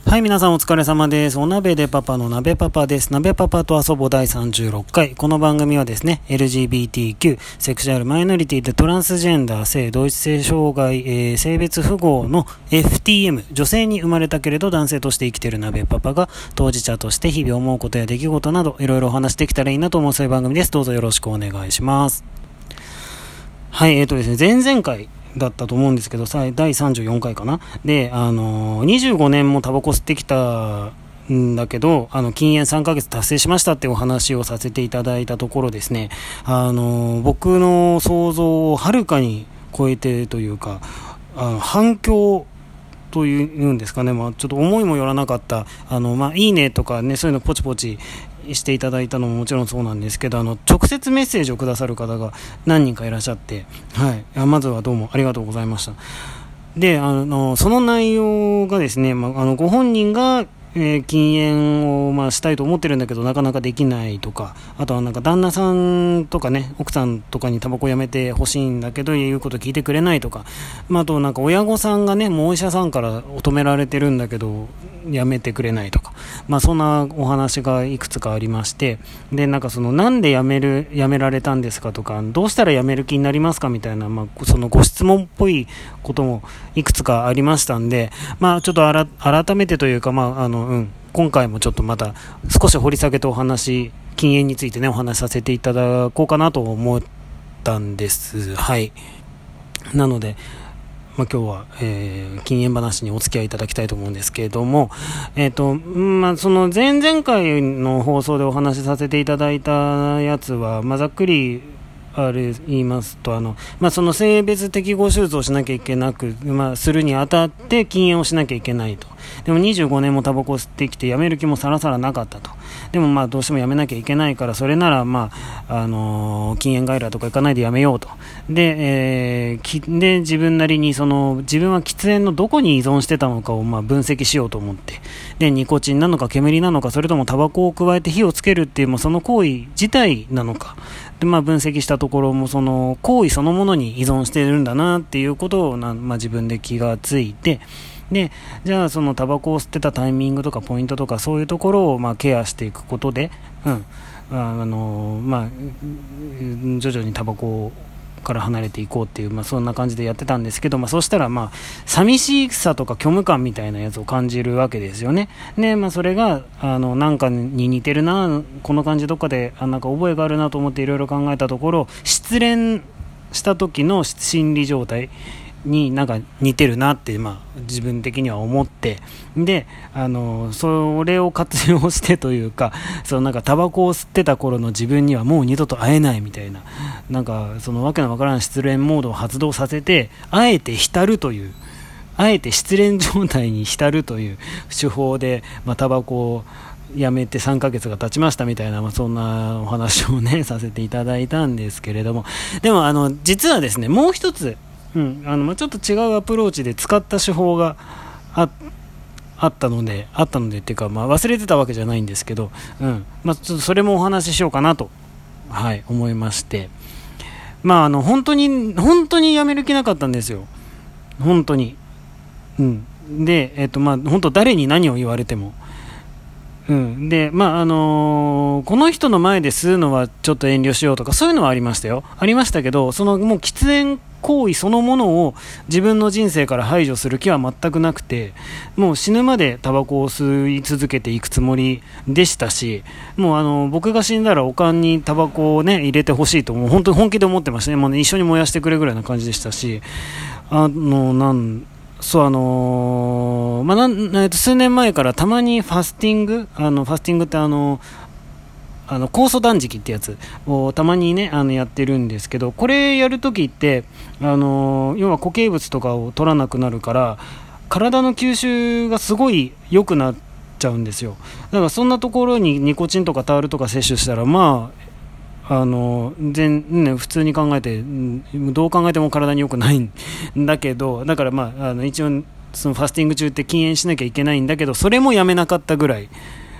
はい、皆さんお疲れ様です。お鍋でパパの鍋パパです。鍋パパと遊ぼう第36回。この番組はですね、LGBTQ、セクシュアルマイノリティでトランスジェンダー、性同一性障害、性別符号の FTM、女性に生まれたけれど男性として生きている鍋パパが当事者として日々思うことや出来事などいろいろお話できたらいいなと思うそういう番組です。どうぞよろしくお願いします。はい、ですね、前々回だったと思うんですけど、第34回かなで、25年もタバコ吸ってきたんだけど、禁煙3ヶ月達成しましたってお話をさせていただいたところですね、僕の想像をはるかに超えてというか、反響というんですかね、ちょっと思いもよらなかった、いいねとかね、そういうのポチポチしていただいたのももちろんそうなんですけど、直接メッセージをくださる方が何人かいらっしゃって、はい、まずはどうもありがとうございました。で、その内容がですね、ご本人が禁煙をしたいと思ってるんだけどなかなかできないとか、あとはなんか旦那さんとかね、奥さんとかにタバコやめてほしいんだけど言うこと聞いてくれないとか、あとなんか親御さんがね、もうお医者さんから止められてるんだけどやめてくれないとか、そんなお話がいくつかありまして、でなんかなんでやめられたんですかとか、どうしたらやめる気になりますかみたいな、そのご質問っぽいこともいくつかありましたんで、ちょっと改めてというか、今回もちょっとまた少し掘り下げて禁煙についてねお話しさせていただこうかなと思ったんです。はい。なので、今日は、禁煙話にお付き合いいただきたいと思うんですけれども、その前々回の放送でお話しさせていただいたやつは、ざっくり言いますと、その性別適合手術をしなきゃいけなく、するにあたって禁煙をしなきゃいけないと。でも25年もタバコを吸ってきてやめる気もさらさらなかったと。でもどうしてもやめなきゃいけないから、それなら禁煙外来とか行かないでやめようと。で、自分なりに自分は喫煙のどこに依存してたのかを分析しようと思って、でニコチンなのか煙なのか、それともタバコを加えて火をつけるっていうその行為自体なのかで、分析したところもその行為そのものに依存しているんだなっていうことを自分で気がついて、でじゃあそのタバコを吸ってたタイミングとかポイントとかそういうところをケアしていくことで、徐々にタバコから離れていこうっていう、そんな感じでやってたんですけど、そうしたら寂しさとか虚無感みたいなやつを感じるわけですよね。で、それがなんかに似てるな、この感じどっかでなんか覚えがあるなと思っていろいろ考えたところ、失恋した時の心理状態になんか似てるなって、自分的には思って、でそれを活用してというか、なんかタバコを吸ってた頃の自分にはもう二度と会えないみたいな、なんかそのわけのわからない失恋モードを発動させて、あえて失恋状態に浸るという手法で、タバコをやめて3ヶ月が経ちましたみたいな、そんなお話をねさせていただいたんですけれども、でも実はですね、もう一つちょっと違うアプローチで使った手法があったのでっていうか、忘れてたわけじゃないんですけど、ちょっとそれもお話ししようかなと、思いまして、本当にやめる気なかったんですよ、本当に。で、本当誰に何を言われても、で、この人の前で吸うのはちょっと遠慮しようとか、そういうのはありましたけど、もう喫煙行為そのものを自分の人生から排除する気は全くなくて、もう死ぬまでタバコを吸い続けていくつもりでしたし、もう僕が死んだらおかんにタバコをね入れてほしいと、もう本当に本気で思ってましたね。もうね、一緒に燃やしてくれぐらいな感じでしたし、数年前からたまにファスティングって酵素断食ってやつをたまにねやってるんですけど、これやるときって要は固形物とかを取らなくなるから体の吸収がすごい良くなっちゃうんですよ。だからそんなところにニコチンとかタールとか摂取したら普通に考えてどう考えても体に良くないんだけど、だから一応そのファスティング中って禁煙しなきゃいけないんだけど、それもやめなかったぐらい、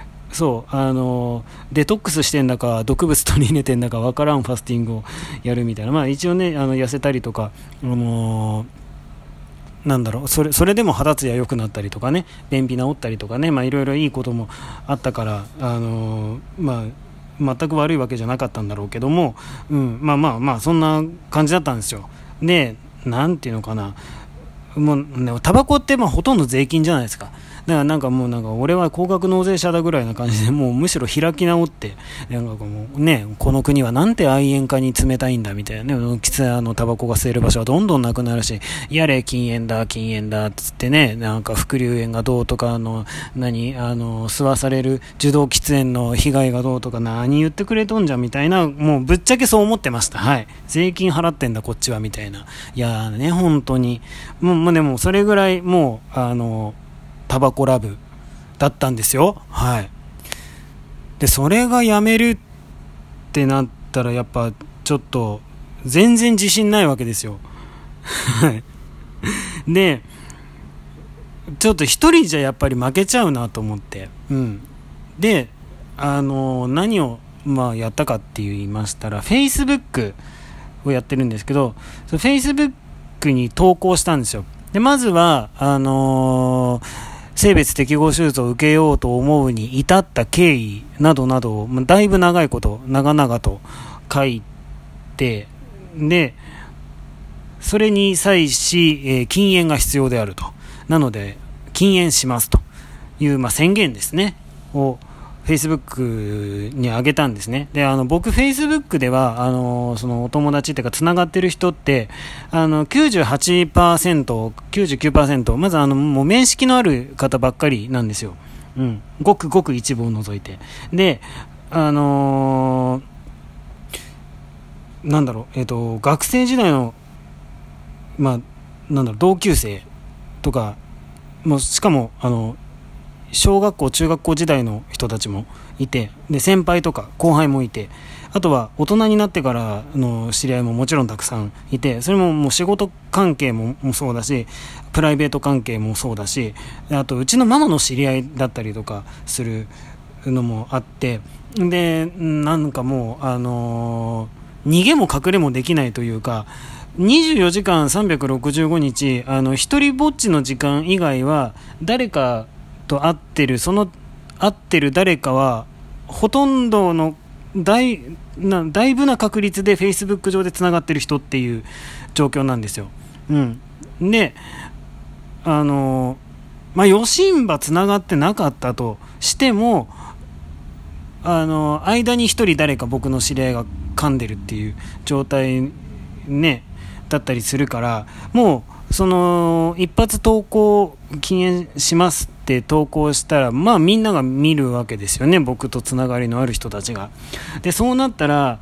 デトックスしてんだか毒物取り入れてんだかわからんファスティングをやるみたいな、一応ね痩せたりとかそれでも肌ツヤ良くなったりとかね、便秘治ったりとかね、いろいろいいこともあったから、全く悪いわけじゃなかったんだろうけども、そんな感じだったんですよ。で、なんていうのかな、もうね、タバコってほとんど税金じゃないですか。だから俺は高額納税者だぐらいな感じで、もうむしろ開き直って、この国はなんて愛煙家に冷たいんだみたいなね、タバコが吸える場所はどんどんなくなるし、やれ禁煙だっつってね、副流煙がどうとか、吸わされる受動喫煙の被害がどうとか、何言ってくれとんじゃみたいな、もうぶっちゃけそう思ってました。はい。税金払ってんだこっちはみたいな。いやね、本当にでもそれぐらいもうタバコラブだったんですよ。はい。で、それがやめるってなったら、やっぱちょっと全然自信ないわけですよ。はい。で、ちょっと一人じゃやっぱり負けちゃうなと思って、で、何をやったかって言いましたら、Facebook をやってるんですけど、Facebook に投稿したんですよ。で、まずは性別適合手術を受けようと思うに至った経緯などなどを、だいぶ長々と書いて、で、それに際し、禁煙が必要であると。なので、禁煙しますという、宣言ですね、を Facebook に上げたんですね。で、僕 Facebook ではそのお友達っていうかつながってる人って98%、99%、まずもう面識のある方ばっかりなんですよ。ごくごく一部を除いて。で、学生時代の同級生とか、しかも小学校中学校時代の人たちもいて、で先輩とか後輩もいて、あとは大人になってからの知り合いももちろんたくさんいて、それももう仕事関係もそうだし、プライベート関係もそうだし、あとうちのママの知り合いだったりとかするのもあって、でもう逃げも隠れもできないというか、24時間365日一人ぼっちの時間以外は誰かと会ってる誰かはほとんどのだいぶな確率で Facebook 上でつながってる人っていう状況なんですよ。で、余震波つながってなかったとしても、間に一人誰か僕の知り合いが噛んでるっていう状態ねだったりするから、もうその一発投稿禁煙しますって投稿したら、みんなが見るわけですよね、僕とつながりのある人たちが。でそうなったら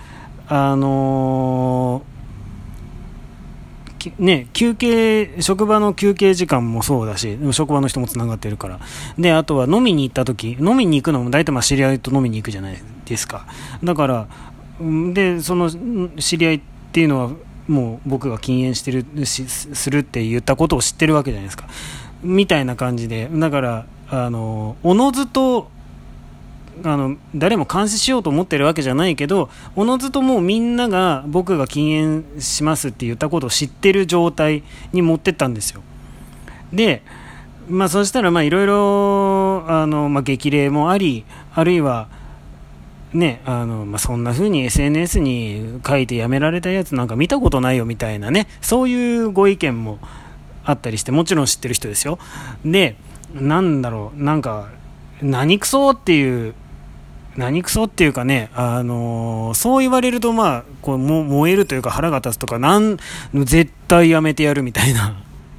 職場の休憩時間もそうだし、職場の人もつながってるから。で、あとは飲みに行くのも大体知り合いと飲みに行くじゃないですか。だからでその知り合いっていうのはもう僕が禁煙するって言ったことを知ってるわけじゃないですか、みたいな感じで。だからおのずと誰も監視しようと思ってるわけじゃないけど、おのずともうみんなが僕が禁煙しますって言ったことを知ってる状態に持ってったんですよ。で、そしたらいろいろ激励もあり、あるいはね、そんな風に SNS に書いてやめられたやつなんか見たことないよみたいなね、そういうご意見もあったりして、もちろん知ってる人ですよ。で、何クソっていうかね、そう言われるとこう燃えるというか腹が立つとか、絶対やめてやるみたいな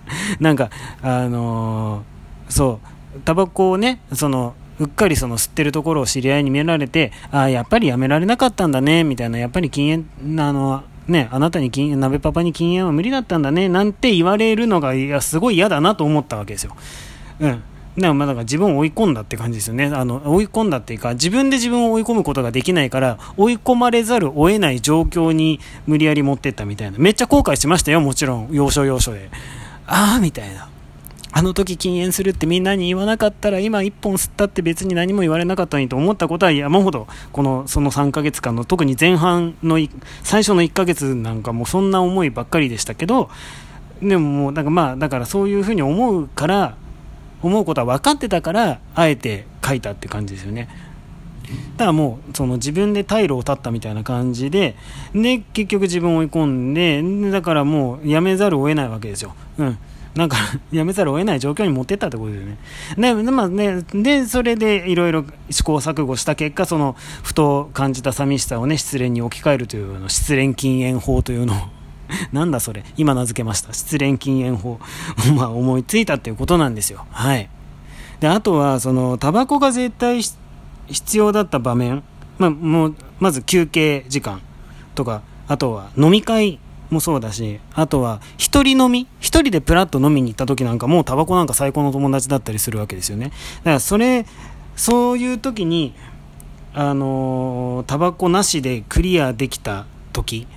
そうタバコをね、うっかり吸ってるところを知り合いに見られて、やっぱりやめられなかったんだねみたいな、やっぱり禁煙あなたに鍋パパに禁煙は無理だったんだねなんて言われるのがすごい嫌だなと思ったわけですよ。だから自分を追い込んだって感じですよね。追い込んだっていうか、自分で自分を追い込むことができないから追い込まれざるを得ない状況に無理やり持ってったみたいな。めっちゃ後悔しましたよ、もちろん要所要所で。みたいな、あの時禁煙するってみんなに言わなかったら今一本吸ったって別に何も言われなかったのにと思ったことは山ほど、その3ヶ月間の特に前半の最初の1ヶ月なんかもそんな思いばっかりでしたけど、 でももうだからそういうふうに思うことは分かってたからあえて書いたって感じですよね。だからもうその自分で退路を断ったみたいな感じで結局自分を追い込んで、だからもうやめざるを得ないわけですよ。なんかやめざるを得ない状況に持ってったってことですよね。でそれでいろいろ試行錯誤した結果、そのふと感じた寂しさをね失恋に置き換えるという失恋禁煙法というのをなんだそれ、今名付けました。失恋禁煙法を思いついたっていうことなんですよ。はい。であとはそのタバコが絶対必要だった場面、まず休憩時間とか、あとは飲み会もそうだし、あとは一人でプラッと飲みに行った時なんかもうタバコなんか最高の友達だったりするわけですよね。だからそういう時にタバコなしでクリアできた時、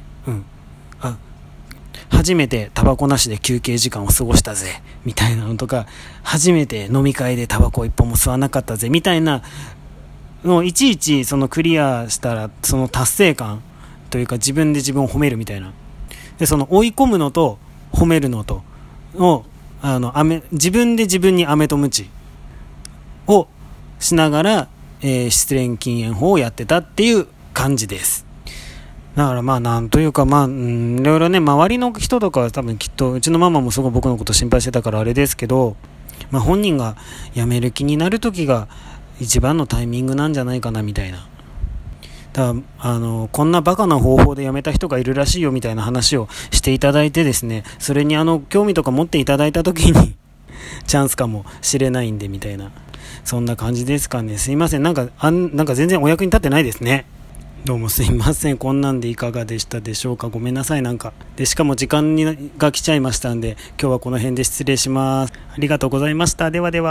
初めてタバコなしで休憩時間を過ごしたぜみたいなのとか、初めて飲み会でタバコ一本も吸わなかったぜみたいなのをいちいちそのクリアしたら、その達成感というか自分で自分を褒めるみたいな、でその追い込むのと褒めるのとを自分で自分に飴とムチをしながら、失恋禁煙法をやってたっていう感じです。だからなんというかいろいろね、周りの人とかは多分きっとうちのママもすごい僕のこと心配してたからあれですけど、本人が辞める気になる時が一番のタイミングなんじゃないかなみたいな。だこんなバカな方法で辞めた人がいるらしいよみたいな話をしていただいてですね、それに興味とか持っていただいた時にチャンスかもしれないんでみたいな、そんな感じですかね。すいません、なんか全然お役に立ってないですね。どうもすいません。こんなんでいかがでしたでしょうか。ごめんなさい。でしかも時間が来ちゃいましたんで、今日はこの辺で失礼します。ありがとうございました。ではでは。